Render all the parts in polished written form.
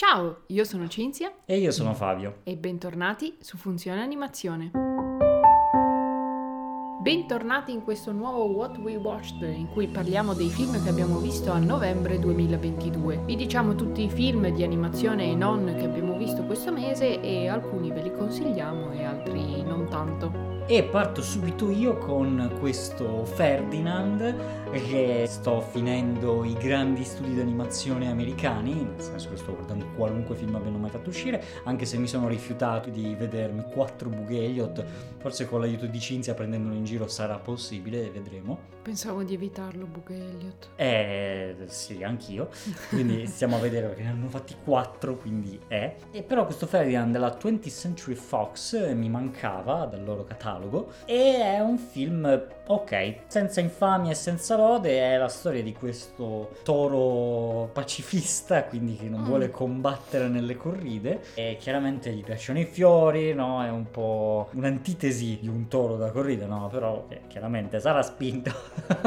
Ciao, io sono Cinzia E io sono Fabio. e bentornati su Funzione Animazione. Bentornati in questo nuovo What We Watched, in cui parliamo dei film che abbiamo visto a novembre 2022. Vi diciamo tutti i film di animazione e non che abbiamo visto questo mese e alcuni ve li consigliamo e altri non tanto. E parto subito io con questo Ferdinand, che sto finendo i grandi studi di animazione americani, nel senso che sto guardando qualunque film abbiano mai fatto uscire, anche se mi sono rifiutato di vedermi 4 Bug Elliot. Forse con l'aiuto di Cinzia, prendendolo in giro, sarà possibile, vedremo. Pensavo di evitarlo, Bug Elliot. Sì, anch'io. Quindi stiamo a vedere perché ne hanno fatti 4, quindi è. E però questo Ferdinand della 20th Century Fox mi mancava dal loro catalogo. E è un film, ok, senza infamia e senza lode. È la storia di questo toro pacifista, quindi che non vuole combattere nelle corride. E chiaramente gli piacciono i fiori, no? È un po' un'antitesi di un toro da corrida, no? Però chiaramente sarà spinto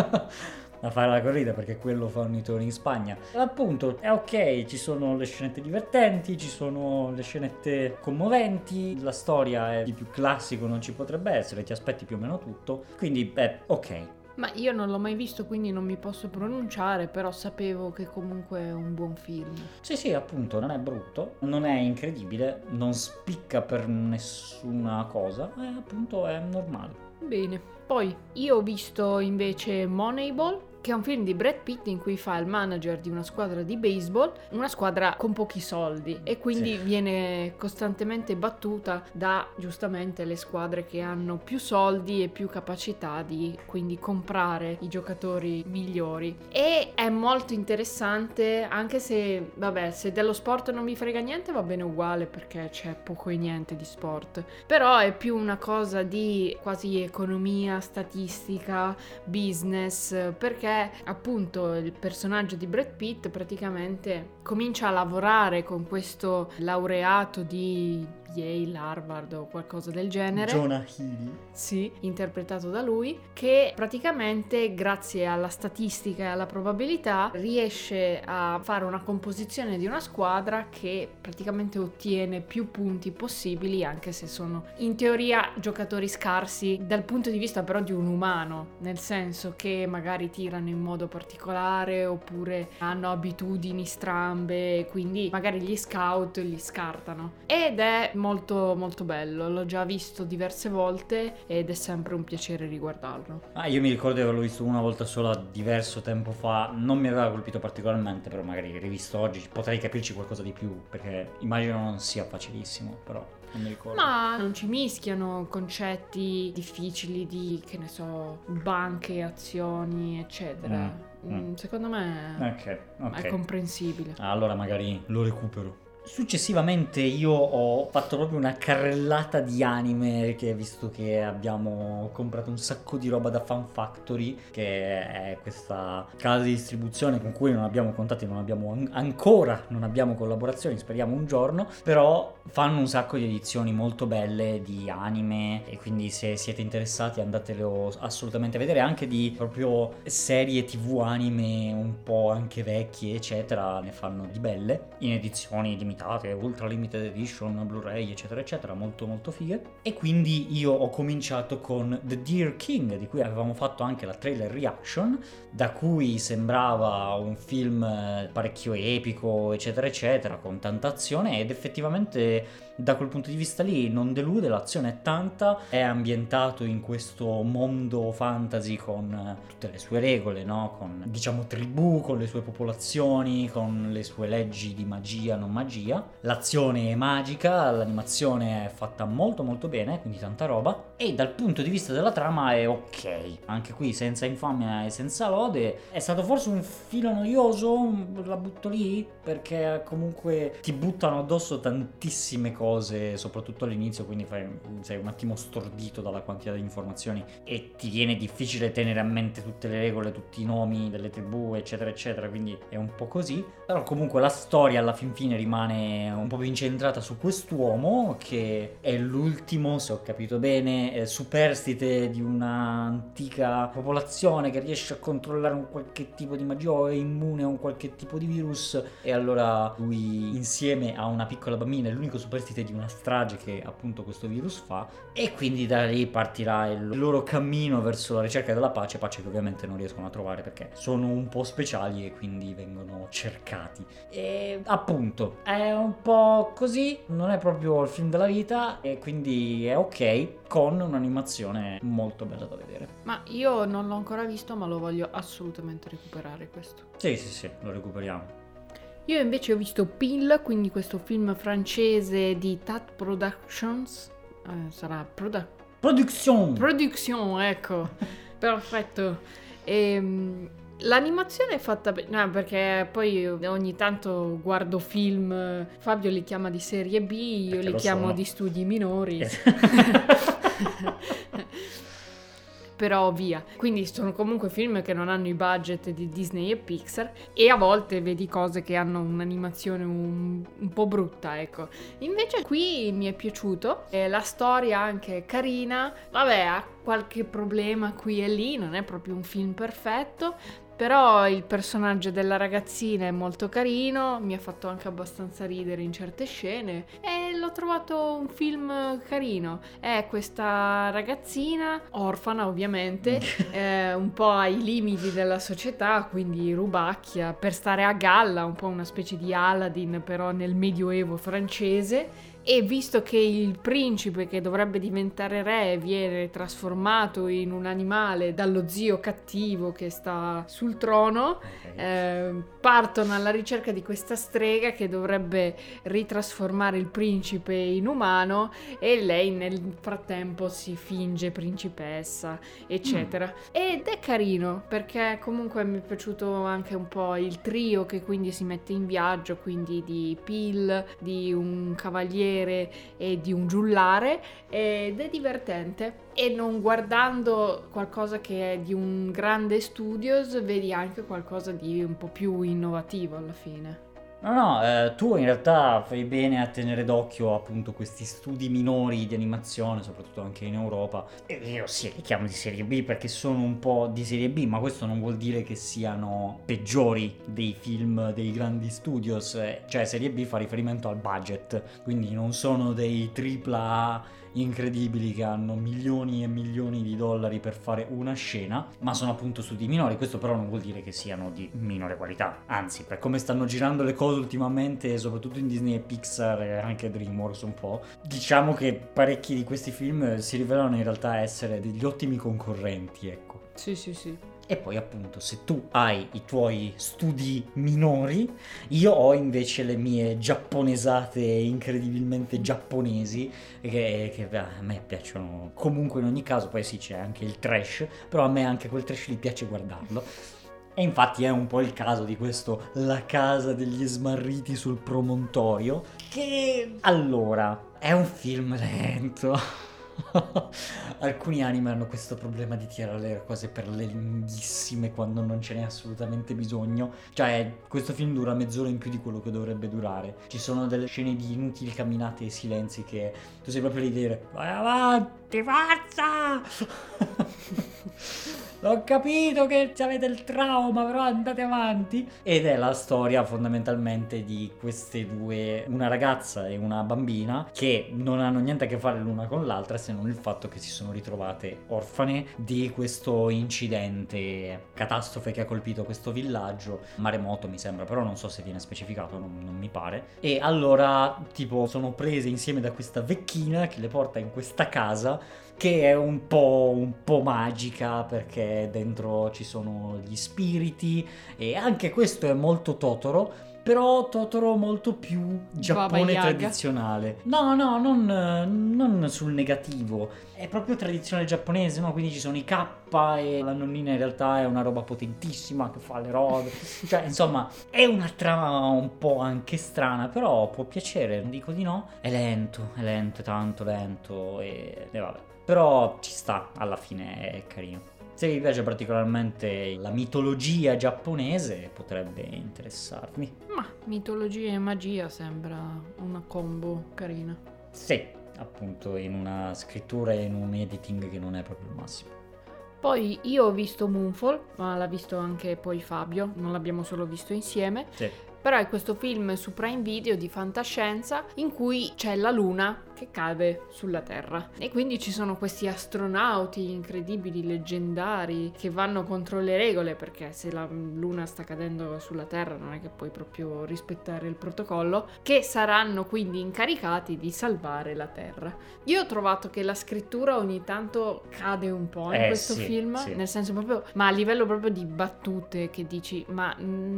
a fare la corrida perché quello fanno i tori in Spagna. Appunto è ok, ci sono le scenette divertenti, ci sono le scenette commoventi, la storia è di più classico non ci potrebbe essere, ti aspetti più o meno tutto, quindi è ok. Ma io non l'ho mai visto, quindi non mi posso pronunciare, però sapevo che comunque è un buon film. Sì, appunto, non è brutto, non è incredibile, non spicca per nessuna cosa, appunto è normale. Bene, poi io ho visto invece Moneyball, che è un film di Brad Pitt in cui fa il manager di una squadra di baseball, una squadra con pochi soldi, e quindi viene costantemente battuta da giustamente le squadre che hanno più soldi e più capacità di quindi comprare i giocatori migliori. E è molto interessante, anche se vabbè, se dello sport non vi frega niente va bene uguale perché c'è poco e niente di sport, però è più una cosa di quasi economia, statistica, business, perché appunto il personaggio di Brad Pitt praticamente comincia a lavorare con questo laureato di Yale, Harvard o qualcosa del genere. Jonah Hill. Sì, interpretato da lui, che praticamente grazie alla statistica e alla probabilità riesce a fare una composizione di una squadra che praticamente ottiene più punti possibili, anche se sono in teoria giocatori scarsi dal punto di vista però di un umano, nel senso che magari tirano in modo particolare oppure hanno abitudini strambe, quindi magari gli scout li scartano. Ed è molto molto bello, l'ho già visto diverse volte ed è sempre un piacere riguardarlo. Io mi ricordo di averlo visto una volta sola diverso tempo fa, non mi aveva colpito particolarmente, però magari rivisto oggi potrei capirci qualcosa di più, perché immagino non sia facilissimo, però non mi ricordo. Ma non ci mischiano concetti difficili di, che ne so, banche, azioni, eccetera. Secondo me Ok. è comprensibile. Allora magari lo recupero. Successivamente io ho fatto proprio una carrellata di anime, che visto che abbiamo comprato un sacco di roba da Fan Factory, che è questa casa di distribuzione con cui non abbiamo contatti, non abbiamo collaborazioni, speriamo un giorno, però fanno un sacco di edizioni molto belle di anime, e quindi se siete interessati andatelo assolutamente a vedere, anche di proprio serie TV anime un po' anche vecchie eccetera, ne fanno di belle in edizioni limitate, ultra limited edition, Blu-ray eccetera eccetera, molto molto fighe. E quindi io ho cominciato con The Deer King, di cui avevamo fatto anche la trailer reaction, da cui sembrava un film parecchio epico eccetera eccetera, con tanta azione, ed effettivamente da quel punto di vista lì non delude, l'azione è tanta, è ambientato in questo mondo fantasy con tutte le sue regole, no? Con diciamo tribù, con le sue popolazioni, con le sue leggi di magia, non magia. L'azione è magica, l'animazione è fatta molto molto bene, quindi tanta roba, e dal punto di vista della trama è ok, anche qui senza infamia e senza lode. È stato forse un filo noioso, la butto lì, perché comunque ti buttano addosso tantissime cose, soprattutto all'inizio, quindi sei un attimo stordito dalla quantità di informazioni e ti viene difficile tenere a mente tutte le regole, tutti i nomi delle tribù eccetera eccetera, quindi è un po' così. Però comunque la storia alla fin fine rimane rimane un po' più incentrata su quest'uomo che è l'ultimo, se ho capito bene, superstite di un'antica popolazione che riesce a controllare un qualche tipo di magia o è immune a un qualche tipo di virus, e allora lui insieme a una piccola bambina è l'unico superstite di una strage che appunto questo virus fa, e quindi da lì partirà il loro cammino verso la ricerca della pace che ovviamente non riescono a trovare perché sono un po' speciali e quindi vengono cercati. E appunto è un po' così, non è proprio il film della vita e quindi è ok, con un'animazione molto bella da vedere. Ma io non l'ho ancora visto, ma lo voglio assolutamente recuperare questo. Sì, lo recuperiamo. Io invece ho visto Peel, quindi questo film francese di Tat Productions. Sarà Production, ecco. Perfetto. L'animazione è fatta bene, no, perché poi ogni tanto guardo film, Fabio li chiama di serie B, io Perché li lo chiamo sono. di studi minori. Però via. Quindi sono comunque film che non hanno i budget di Disney e Pixar, e a volte vedi cose che hanno un'animazione un po' brutta, ecco. Invece qui mi è piaciuto, la storia anche carina, vabbè, ha qualche problema qui e lì, non è proprio un film perfetto, però il personaggio della ragazzina è molto carino, mi ha fatto anche abbastanza ridere in certe scene e l'ho trovato un film carino. È questa ragazzina, orfana ovviamente, un po' ai limiti della società, quindi rubacchia, per stare a galla, un po' una specie di Aladdin però nel medioevo francese. E visto che il principe che dovrebbe diventare re viene trasformato in un animale dallo zio cattivo che sta sul trono, partono alla ricerca di questa strega che dovrebbe ritrasformare il principe in umano, e lei nel frattempo si finge principessa, eccetera. Ed è carino perché comunque mi è piaciuto anche un po' il trio che quindi si mette in viaggio, quindi di Peel, di un cavaliere e di un giullare, ed è divertente. E non guardando qualcosa che è di un grande studios, vedi anche qualcosa di un po' più innovativo alla fine. No, tu in realtà fai bene a tenere d'occhio appunto questi studi minori di animazione, soprattutto anche in Europa. E io sì, li chiamo di serie B perché sono un po' di serie B, ma questo non vuol dire che siano peggiori dei film dei grandi studios. Cioè serie B fa riferimento al budget, quindi non sono dei AAA incredibili che hanno milioni e milioni di dollari per fare una scena, ma sono appunto studi minori. Questo però non vuol dire che siano di minore qualità, anzi, per come stanno girando le cose ultimamente, soprattutto in Disney e Pixar e anche DreamWorks un po', diciamo che parecchi di questi film si rivelano in realtà essere degli ottimi concorrenti, ecco. Sì. E poi appunto se tu hai i tuoi studi minori, io ho invece le mie giapponesate incredibilmente giapponesi che a me piacciono comunque in ogni caso. Poi sì, c'è anche il trash, però a me anche quel trash gli piace guardarlo. E infatti è un po' il caso di questo La casa degli smarriti sul promontorio, che allora è un film lento. Alcuni anime hanno questo problema di tirare le cose per le lunghissime quando non ce n'è assolutamente bisogno. Cioè, questo film dura mezz'ora in più di quello che dovrebbe durare. Ci sono delle scene di inutili camminate e silenzi che tu sei proprio lì a dire: vai avanti, forza! Ho capito che avete il trauma, però andate avanti. Ed è la storia fondamentalmente di queste due, una ragazza e una bambina, che non hanno niente a che fare l'una con l'altra se non il fatto che si sono ritrovate orfane di questo incidente, catastrofe che ha colpito questo villaggio, maremoto mi sembra, però non so se viene specificato, non mi pare. E allora tipo sono prese insieme da questa vecchina che le porta in questa casa che è un po' magica perché dentro ci sono gli spiriti, e anche questo è molto Totoro, però Totoro molto più Giappone Baba Yaga. tradizionale. No, non sul negativo, è proprio tradizione giapponese, no? Quindi ci sono i kappa e la nonnina in realtà è una roba potentissima che fa le robe. Cioè, insomma, è una trama un po' anche strana, però può piacere, non dico di no. È lento, è tanto lento e vabbè. Però ci sta, alla fine è carino. Se vi piace particolarmente la mitologia giapponese potrebbe interessarvi. Ma mitologia e magia sembra una combo carina. Sì, appunto in una scrittura e in un editing che non è proprio il massimo. Poi io ho visto Moonfall, ma l'ha visto anche poi Fabio, non l'abbiamo solo visto insieme. Sì. Però è questo film su Prime Video di fantascienza in cui c'è la luna che cade sulla Terra e quindi ci sono questi astronauti incredibili, leggendari, che vanno contro le regole, perché se la luna sta cadendo sulla Terra non è che puoi proprio rispettare il protocollo, che saranno quindi incaricati di salvare la Terra. Io ho trovato che la scrittura ogni tanto cade un po' in questo film, nel senso proprio, ma a livello proprio di battute che dici, ma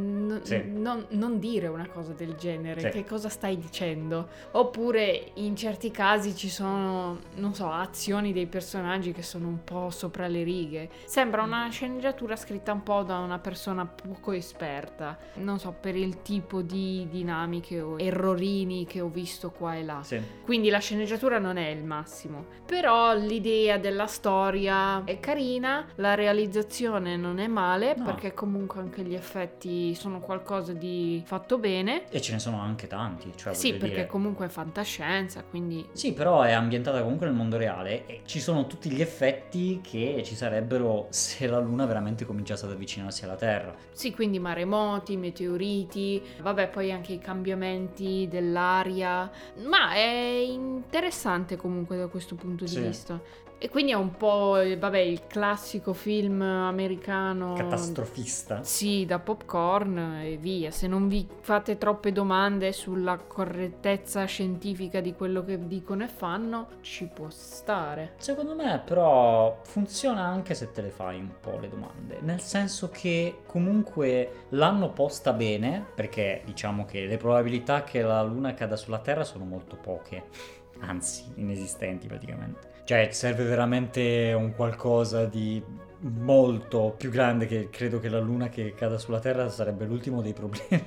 non dire una cosa del genere, che cosa stai dicendo? Oppure in certi casi ci sono, non so, azioni dei personaggi che sono un po' sopra le righe. Sembra una sceneggiatura scritta un po' da una persona poco esperta, non so, per il tipo di dinamiche o errorini che ho visto qua e là. Quindi la sceneggiatura non è il massimo, però l'idea della storia è carina, la realizzazione non è male, perché comunque anche gli effetti sono qualcosa di fatto bene. E ce ne sono anche tanti, cioè sì, perché comunque è fantascienza, quindi... Sì, però è ambientata comunque nel mondo reale e ci sono tutti gli effetti che ci sarebbero se la Luna veramente cominciasse ad avvicinarsi alla Terra. Sì, quindi maremoti, meteoriti, vabbè, poi anche i cambiamenti dell'aria, ma è interessante comunque da questo punto di vista. E quindi è un po', vabbè, il classico film americano catastrofista. Sì, da popcorn e via. Se non vi fate troppe domande sulla correttezza scientifica di quello che dicono e fanno, ci può stare. Secondo me però funziona anche se te le fai un po' le domande, nel senso che comunque l'hanno posta bene, perché diciamo che le probabilità che la Luna cada sulla Terra sono molto poche, anzi inesistenti praticamente. Cioè serve veramente un qualcosa di molto più grande, che credo che la Luna che cada sulla Terra sarebbe l'ultimo dei problemi.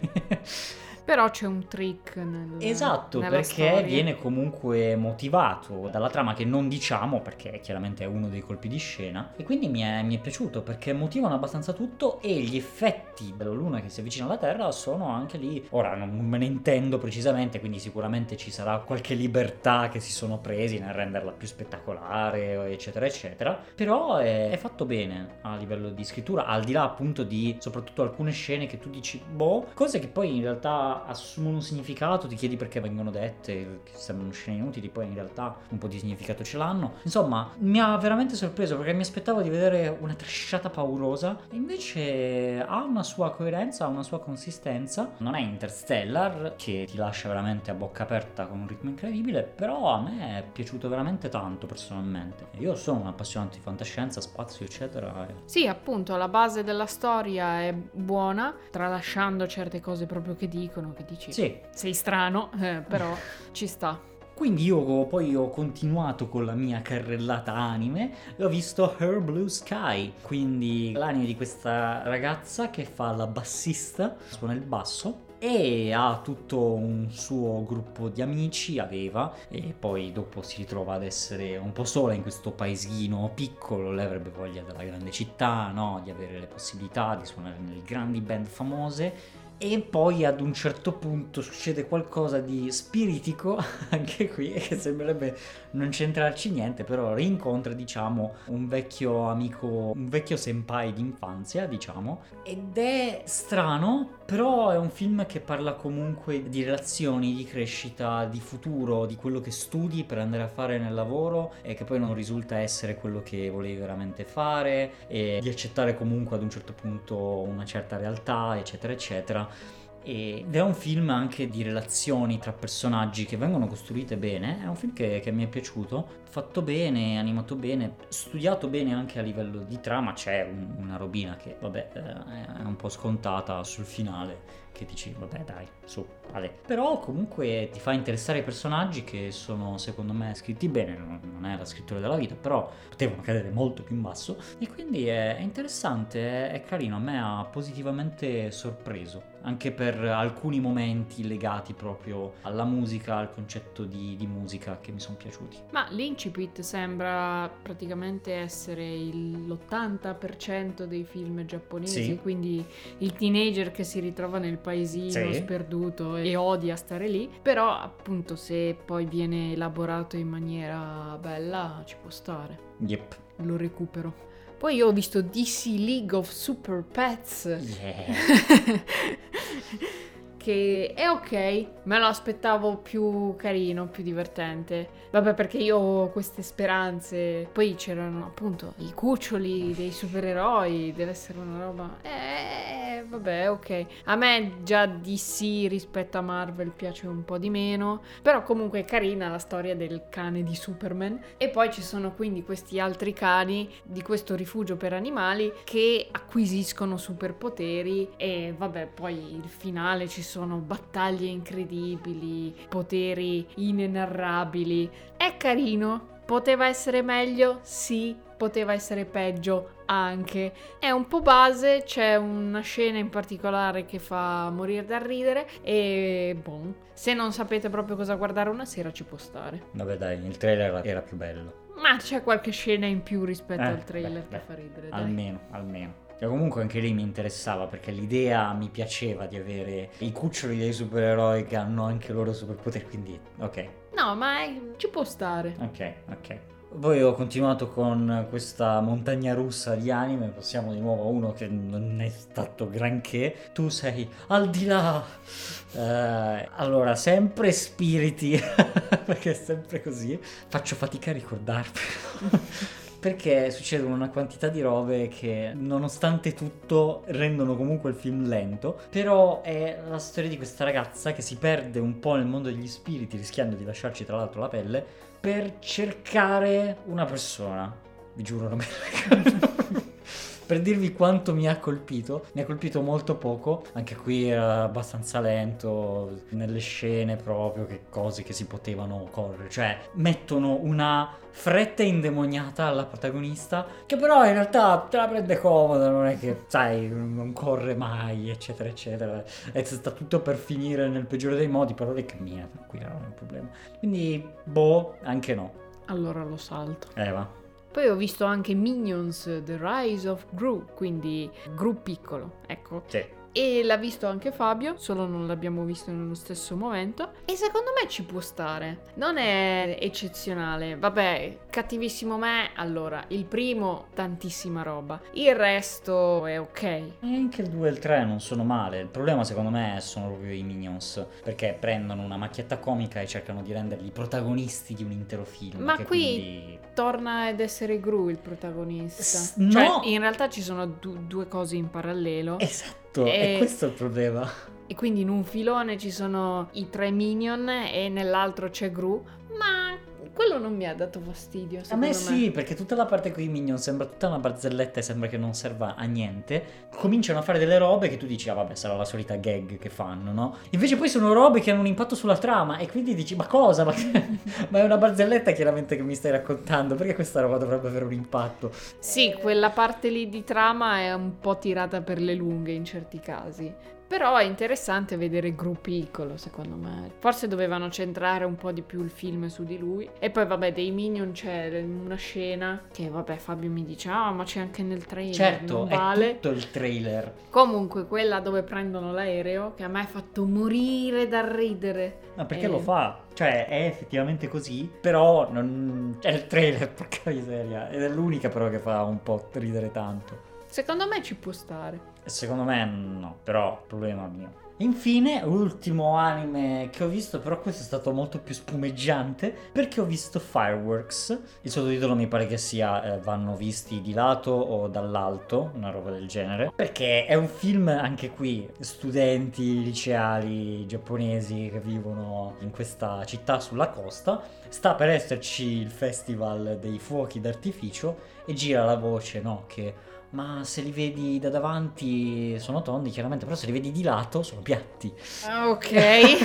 Però c'è un trick nella perché storia. Viene comunque motivato dalla trama, che non diciamo perché chiaramente è uno dei colpi di scena, e quindi mi è piaciuto perché motivano abbastanza tutto e gli effetti della Luna che si avvicina alla Terra sono anche lì. Ora non me ne intendo precisamente, quindi sicuramente ci sarà qualche libertà che si sono presi nel renderla più spettacolare eccetera eccetera, però è fatto bene a livello di scrittura, al di là appunto di soprattutto alcune scene che tu dici cose che poi in realtà assumono un significato, ti chiedi perché vengono dette, che sembrano scene inutili, poi in realtà un po' di significato ce l'hanno. Insomma, mi ha veramente sorpreso perché mi aspettavo di vedere una trasciata paurosa e invece ha una sua coerenza, ha una sua consistenza. Non è Interstellar, che ti lascia veramente a bocca aperta con un ritmo incredibile, però a me è piaciuto veramente tanto personalmente. Io sono un appassionato di fantascienza, spazio eccetera. Sì, appunto, la base della storia è buona, tralasciando certe cose proprio che dicono, che dici sei strano, però ci sta. Quindi io poi ho continuato con la mia carrellata anime e ho visto Her Blue Sky, quindi l'anime di questa ragazza che fa la bassista, suona il basso e ha tutto un suo gruppo di amici, aveva, e poi dopo si ritrova ad essere un po' sola in questo paesino piccolo. Lei avrebbe voglia della grande città, no? Di avere le possibilità di suonare nelle grandi band famose. E poi ad un certo punto succede qualcosa di spiritico, anche qui, che sembrerebbe non c'entrarci niente, però rincontra, diciamo, un vecchio amico, un vecchio senpai d'infanzia, diciamo, ed è strano, però è un film che parla comunque di relazioni, di crescita, di futuro, di quello che studi per andare a fare nel lavoro e che poi non risulta essere quello che volevi veramente fare, e di accettare comunque ad un certo punto una certa realtà, eccetera eccetera. Ed è un film anche di relazioni tra personaggi che vengono costruite bene. È un film che mi è piaciuto, fatto bene, animato bene, studiato bene anche a livello di trama. C'è una robina che vabbè è un po' scontata sul finale, che dici vabbè dai, su, vale. Però comunque ti fa interessare i personaggi che sono secondo me scritti bene, non è la scrittura della vita, però potevano cadere molto più in basso e quindi è interessante, è carino, a me ha positivamente sorpreso, anche per alcuni momenti legati proprio alla musica, al concetto di musica che mi sono piaciuti. Ma l'incipit sembra praticamente essere l'80% dei film giapponesi, Sì. quindi il teenager che si ritrova nel paesino Sì. sperduto e odia stare lì, però appunto se poi viene elaborato in maniera bella ci può stare, Yep. lo recupero. Poi io ho visto DC League of Super Pets. Yeah. Che è ok, me lo aspettavo più carino, più divertente. Vabbè, perché io ho queste speranze. Poi c'erano appunto i cuccioli dei supereroi, deve essere una roba. Vabbè, ok. A me già DC rispetto a Marvel piace un po' di meno, però comunque è carina la storia del cane di Superman. E poi ci sono quindi questi altri cani di questo rifugio per animali che acquisiscono superpoteri e vabbè, poi il finale ci sono battaglie incredibili, poteri inenarrabili. È carino. Poteva essere meglio? Sì. Poteva essere peggio? Anche. È un po' base, c'è una scena in particolare che fa morire dal ridere e boh, se non sapete proprio cosa guardare una sera ci può stare. Vabbè dai, il trailer era più bello. Ma c'è qualche scena in più rispetto al trailer beh, che fa ridere, dai. Almeno. E comunque anche lì mi interessava perché l'idea mi piaceva di avere i cuccioli dei supereroi che hanno anche loro superpoteri, quindi ok. No, ma ci può stare. Ok. Poi ho continuato con questa montagna russa di anime, passiamo di nuovo a uno che non è stato granché. Tu sei al di là. Allora, sempre spiriti, perché è sempre così. Faccio fatica a ricordarmelo. Perché succedono una quantità di robe che, nonostante tutto, rendono comunque il film lento. Però è la storia di questa ragazza che si perde un po' nel mondo degli spiriti, rischiando di lasciarci tra l'altro la pelle, per cercare una persona. Vi giuro, non me la ricordo. Per dirvi quanto mi ha colpito molto poco, anche qui era abbastanza lento, nelle scene proprio, che cose che si potevano correre, cioè mettono una fretta indemoniata alla protagonista, che però in realtà te la prende comoda, non è che, sai, non corre mai, eccetera, eccetera, e sta tutto per finire nel peggiore dei modi, però lei cammina, tranquilla, non è un problema. Quindi, anche no. Allora lo salto. Va. Poi ho visto anche Minions The Rise of Gru, quindi Gru piccolo, ecco. Sì. E l'ha visto anche Fabio, solo non l'abbiamo visto nello stesso momento. E secondo me ci può stare. Non è eccezionale. Vabbè, cattivissimo me. Allora, il primo, tantissima roba. Il resto è ok. E anche il 2 e il 3 non sono male. Il problema secondo me sono proprio i Minions, perché prendono una macchietta comica e cercano di renderli i protagonisti di un intero film. Ma che qui quindi torna ad essere Gru il protagonista. no! Cioè, in realtà ci sono due cose in parallelo. Esatto, e questo è il problema. E quindi in un filone ci sono i 3 Minion e nell'altro c'è Gru, ma quello non mi ha dato fastidio. A me sì, perché tutta la parte con i Minion sembra tutta una barzelletta e sembra che non serva a niente. Cominciano a fare delle robe che tu dici, ah vabbè, sarà la solita gag che fanno, no? Invece poi sono robe che hanno un impatto sulla trama e quindi dici, ma cosa? Ma è una barzelletta chiaramente che mi stai raccontando, perché questa roba dovrebbe avere un impatto? Sì, quella parte lì di trama è un po' tirata per le lunghe in certi casi. Però è interessante vedere Gru piccolo, secondo me. Forse dovevano centrare un po' di più il film su di lui. E poi, vabbè, dei Minion c'è una scena che, vabbè, Fabio mi dice, ma c'è anche nel trailer, Certo, non vale. è tutto il trailer. Comunque, quella dove prendono l'aereo, che a me ha fatto morire dal ridere. Ma perché lo fa? Cioè, è effettivamente così, però non... è il trailer, porca miseria. Ed è l'unica però che fa un po' ridere tanto. Secondo me ci può stare. Secondo me no, però problema mio. Infine, ultimo anime che ho visto, però questo è stato molto più spumeggiante, perché ho visto Fireworks. Il sottotitolo mi pare che sia vanno visti di lato o dall'alto, una roba del genere. Perché è un film, anche qui, studenti liceali giapponesi che vivono in questa città sulla costa. Sta per esserci il festival dei fuochi d'artificio e gira la voce, no, che ma se li vedi da davanti sono tondi, chiaramente, però se li vedi di lato sono piatti. Ah, ok.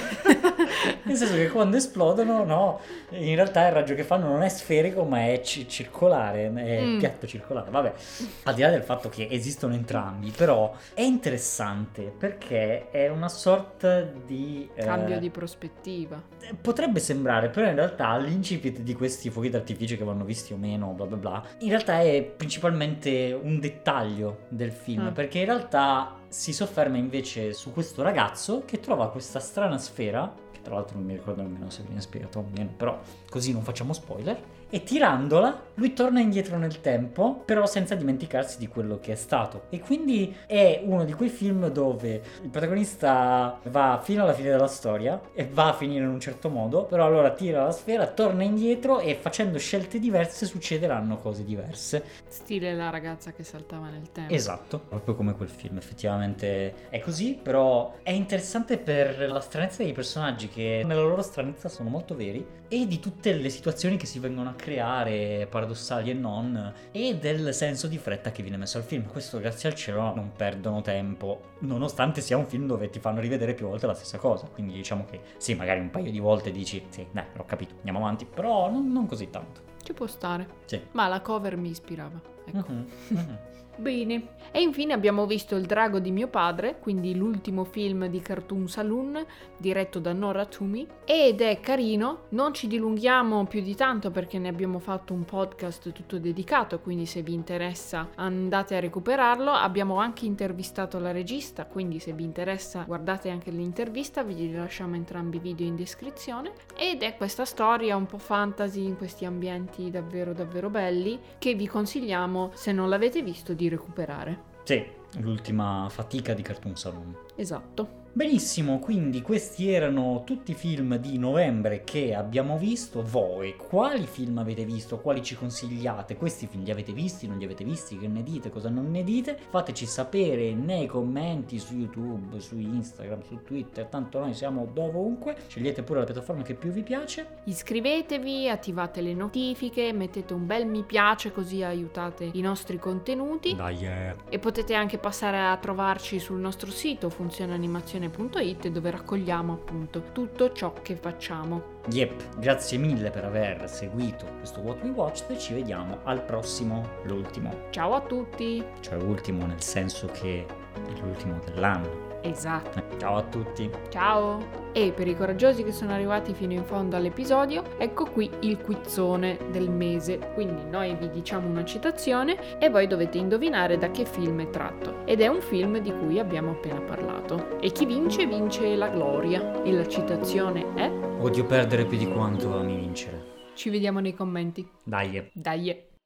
Nel senso che quando esplodono, no, in realtà il raggio che fanno non è sferico, ma è circolare, è piatto circolare. Vabbè, al di là del fatto che esistono entrambi, però è interessante perché è una sorta di Cambio di prospettiva. potrebbe sembrare, però in realtà l'incipit di questi fuochi d'artificio, che vanno visti o meno, bla bla bla, in realtà è principalmente un dettaglio del film, perché in realtà si sofferma invece su questo ragazzo che trova questa strana sfera, che tra l'altro non mi ricordo nemmeno se viene spiegato o meno, però così non facciamo spoiler, e tirandola lui torna indietro nel tempo, però senza dimenticarsi di quello che è stato. E quindi è uno di quei film dove il protagonista va fino alla fine della storia e va a finire in un certo modo, però allora tira la sfera, torna indietro e facendo scelte diverse succederanno cose diverse. Stile La ragazza che saltava nel tempo. Esatto, proprio come quel film, effettivamente è così, però è interessante per la stranezza dei personaggi, che nella loro stranezza sono molto veri, e di tutte le situazioni che si vengono a creare, paradossali e non, e del senso di fretta che viene messo al film. Questo, grazie al cielo, non perdono tempo, nonostante sia un film dove ti fanno rivedere più volte la stessa cosa. Quindi diciamo che sì, magari un paio di volte dici sì, dai, l'ho capito, andiamo avanti, però non così tanto. Ci può stare. Sì. Ma la cover mi ispirava, ecco. Mm-hmm. Bene. E infine abbiamo visto Il drago di mio padre, quindi l'ultimo film di Cartoon Saloon, diretto da Nora Twomey, ed è carino. Non ci dilunghiamo più di tanto perché ne abbiamo fatto un podcast tutto dedicato, quindi se vi interessa andate a recuperarlo. Abbiamo anche intervistato la regista, quindi se vi interessa guardate anche l'intervista, vi lasciamo entrambi i video in descrizione. Ed è questa storia un po' fantasy in questi ambienti davvero davvero belli, che vi consigliamo, se non l'avete visto, di recuperare. Sì, l'ultima fatica di Cartoon Saloon. Esatto. Benissimo, quindi questi erano tutti i film di novembre che abbiamo visto. Voi quali film avete visto? Quali ci consigliate? Questi film li avete visti? Non li avete visti? Che ne dite? Cosa non ne dite? Fateci sapere nei commenti su YouTube, su Instagram, su Twitter, tanto noi siamo dovunque. Scegliete pure la piattaforma che più vi piace. Iscrivetevi, attivate le notifiche, mettete un bel mi piace così aiutate i nostri contenuti. Dai, E potete anche passare a trovarci sul nostro sito funzionanimazione.it, dove raccogliamo appunto tutto ciò che facciamo. Yep, grazie mille per aver seguito questo What We Watched e ci vediamo al prossimo, l'ultimo. Ciao a tutti! Cioè ultimo nel senso che è l'ultimo dell'anno. Esatto. Ciao a tutti. Ciao! E per i coraggiosi che sono arrivati fino in fondo all'episodio, ecco qui il quizzone del mese. Quindi noi vi diciamo una citazione e voi dovete indovinare da che film è tratto. Ed è un film di cui abbiamo appena parlato. E chi vince la gloria. E la citazione è... Odio perdere più di quanto ami vincere. Ci vediamo nei commenti. Dai. Dai!